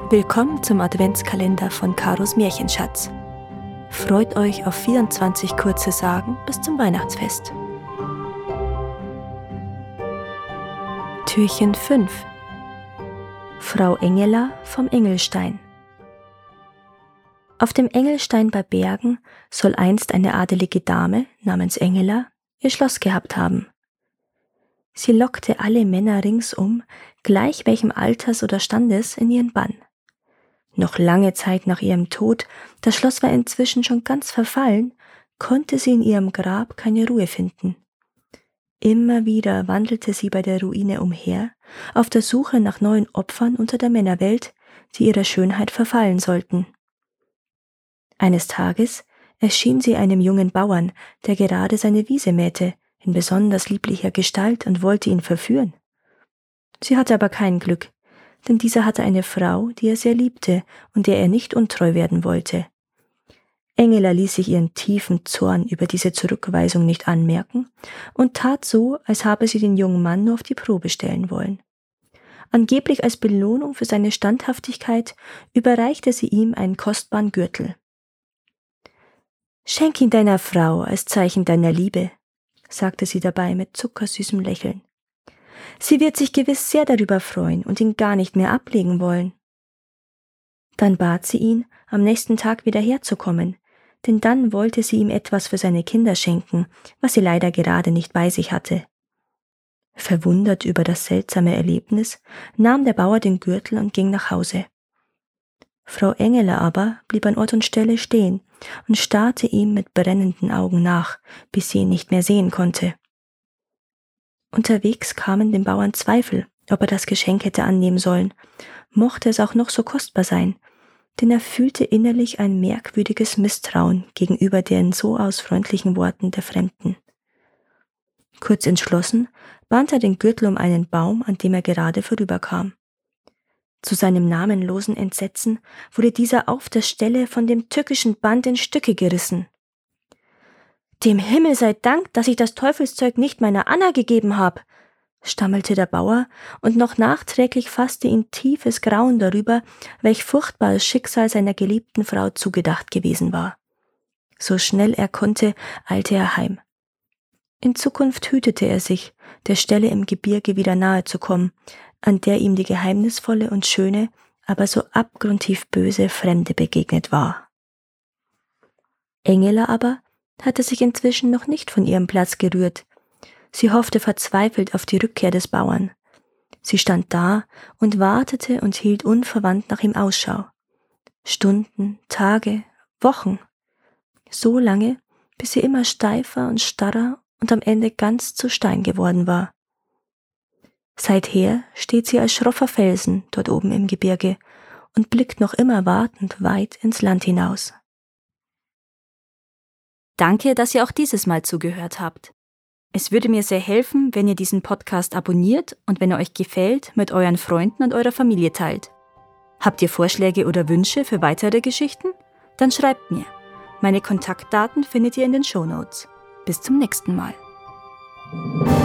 Willkommen zum Adventskalender von Karos Märchenschatz. Freut euch auf 24 kurze Sagen bis zum Weihnachtsfest. Türchen 5. Frau Engela vom Engelstein. Auf dem Engelstein bei Bergen soll einst eine adelige Dame namens Engela ihr Schloss gehabt haben. Sie lockte alle Männer ringsum, gleich welchem Alters oder Standes, in ihren Bann. Noch lange Zeit nach ihrem Tod, das Schloss war inzwischen schon ganz verfallen, konnte sie in ihrem Grab keine Ruhe finden. Immer wieder wandelte sie bei der Ruine umher, auf der Suche nach neuen Opfern unter der Männerwelt, die ihrer Schönheit verfallen sollten. Eines Tages erschien sie einem jungen Bauern, der gerade seine Wiese mähte, in besonders lieblicher Gestalt und wollte ihn verführen. Sie hatte aber kein Glück, denn dieser hatte eine Frau, die er sehr liebte und der er nicht untreu werden wollte. Engela ließ sich ihren tiefen Zorn über diese Zurückweisung nicht anmerken und tat so, als habe sie den jungen Mann nur auf die Probe stellen wollen. Angeblich als Belohnung für seine Standhaftigkeit überreichte sie ihm einen kostbaren Gürtel. »Schenk ihn deiner Frau als Zeichen deiner Liebe«, sagte sie dabei mit zuckersüßem Lächeln. »Sie wird sich gewiss sehr darüber freuen und ihn gar nicht mehr ablegen wollen.« Dann bat sie ihn, am nächsten Tag wieder herzukommen, denn dann wollte sie ihm etwas für seine Kinder schenken, was sie leider gerade nicht bei sich hatte. Verwundert über das seltsame Erlebnis, nahm der Bauer den Gürtel und ging nach Hause. Frau Engela aber blieb an Ort und Stelle stehen und starrte ihm mit brennenden Augen nach, bis sie ihn nicht mehr sehen konnte. Unterwegs kamen dem Bauern Zweifel, ob er das Geschenk hätte annehmen sollen, mochte es auch noch so kostbar sein, denn er fühlte innerlich ein merkwürdiges Misstrauen gegenüber den so ausfreundlichen Worten der Fremden. Kurz entschlossen band er den Gürtel um einen Baum, an dem er gerade vorüberkam. Zu seinem namenlosen Entsetzen wurde dieser auf der Stelle von dem tückischen Band in Stücke gerissen. »Dem Himmel sei Dank, dass ich das Teufelszeug nicht meiner Anna gegeben habe«, stammelte der Bauer, und noch nachträglich fasste ihn tiefes Grauen darüber, welch furchtbares Schicksal seiner geliebten Frau zugedacht gewesen war. So schnell er konnte, eilte er heim. In Zukunft hütete er sich, der Stelle im Gebirge wieder nahe zu kommen, an der ihm die geheimnisvolle und schöne, aber so abgrundtief böse Fremde begegnet war. Engela aber hatte sich inzwischen noch nicht von ihrem Platz gerührt. Sie hoffte verzweifelt auf die Rückkehr des Bauern. Sie stand da und wartete und hielt unverwandt nach ihm Ausschau. Stunden, Tage, Wochen. So lange, bis sie immer steifer und starrer und am Ende ganz zu Stein geworden war. Seither steht sie als schroffer Felsen dort oben im Gebirge und blickt noch immer wartend weit ins Land hinaus. Danke, dass ihr auch dieses Mal zugehört habt. Es würde mir sehr helfen, wenn ihr diesen Podcast abonniert und wenn er euch gefällt, mit euren Freunden und eurer Familie teilt. Habt ihr Vorschläge oder Wünsche für weitere Geschichten? Dann schreibt mir. Meine Kontaktdaten findet ihr in den Shownotes. Bis zum nächsten Mal.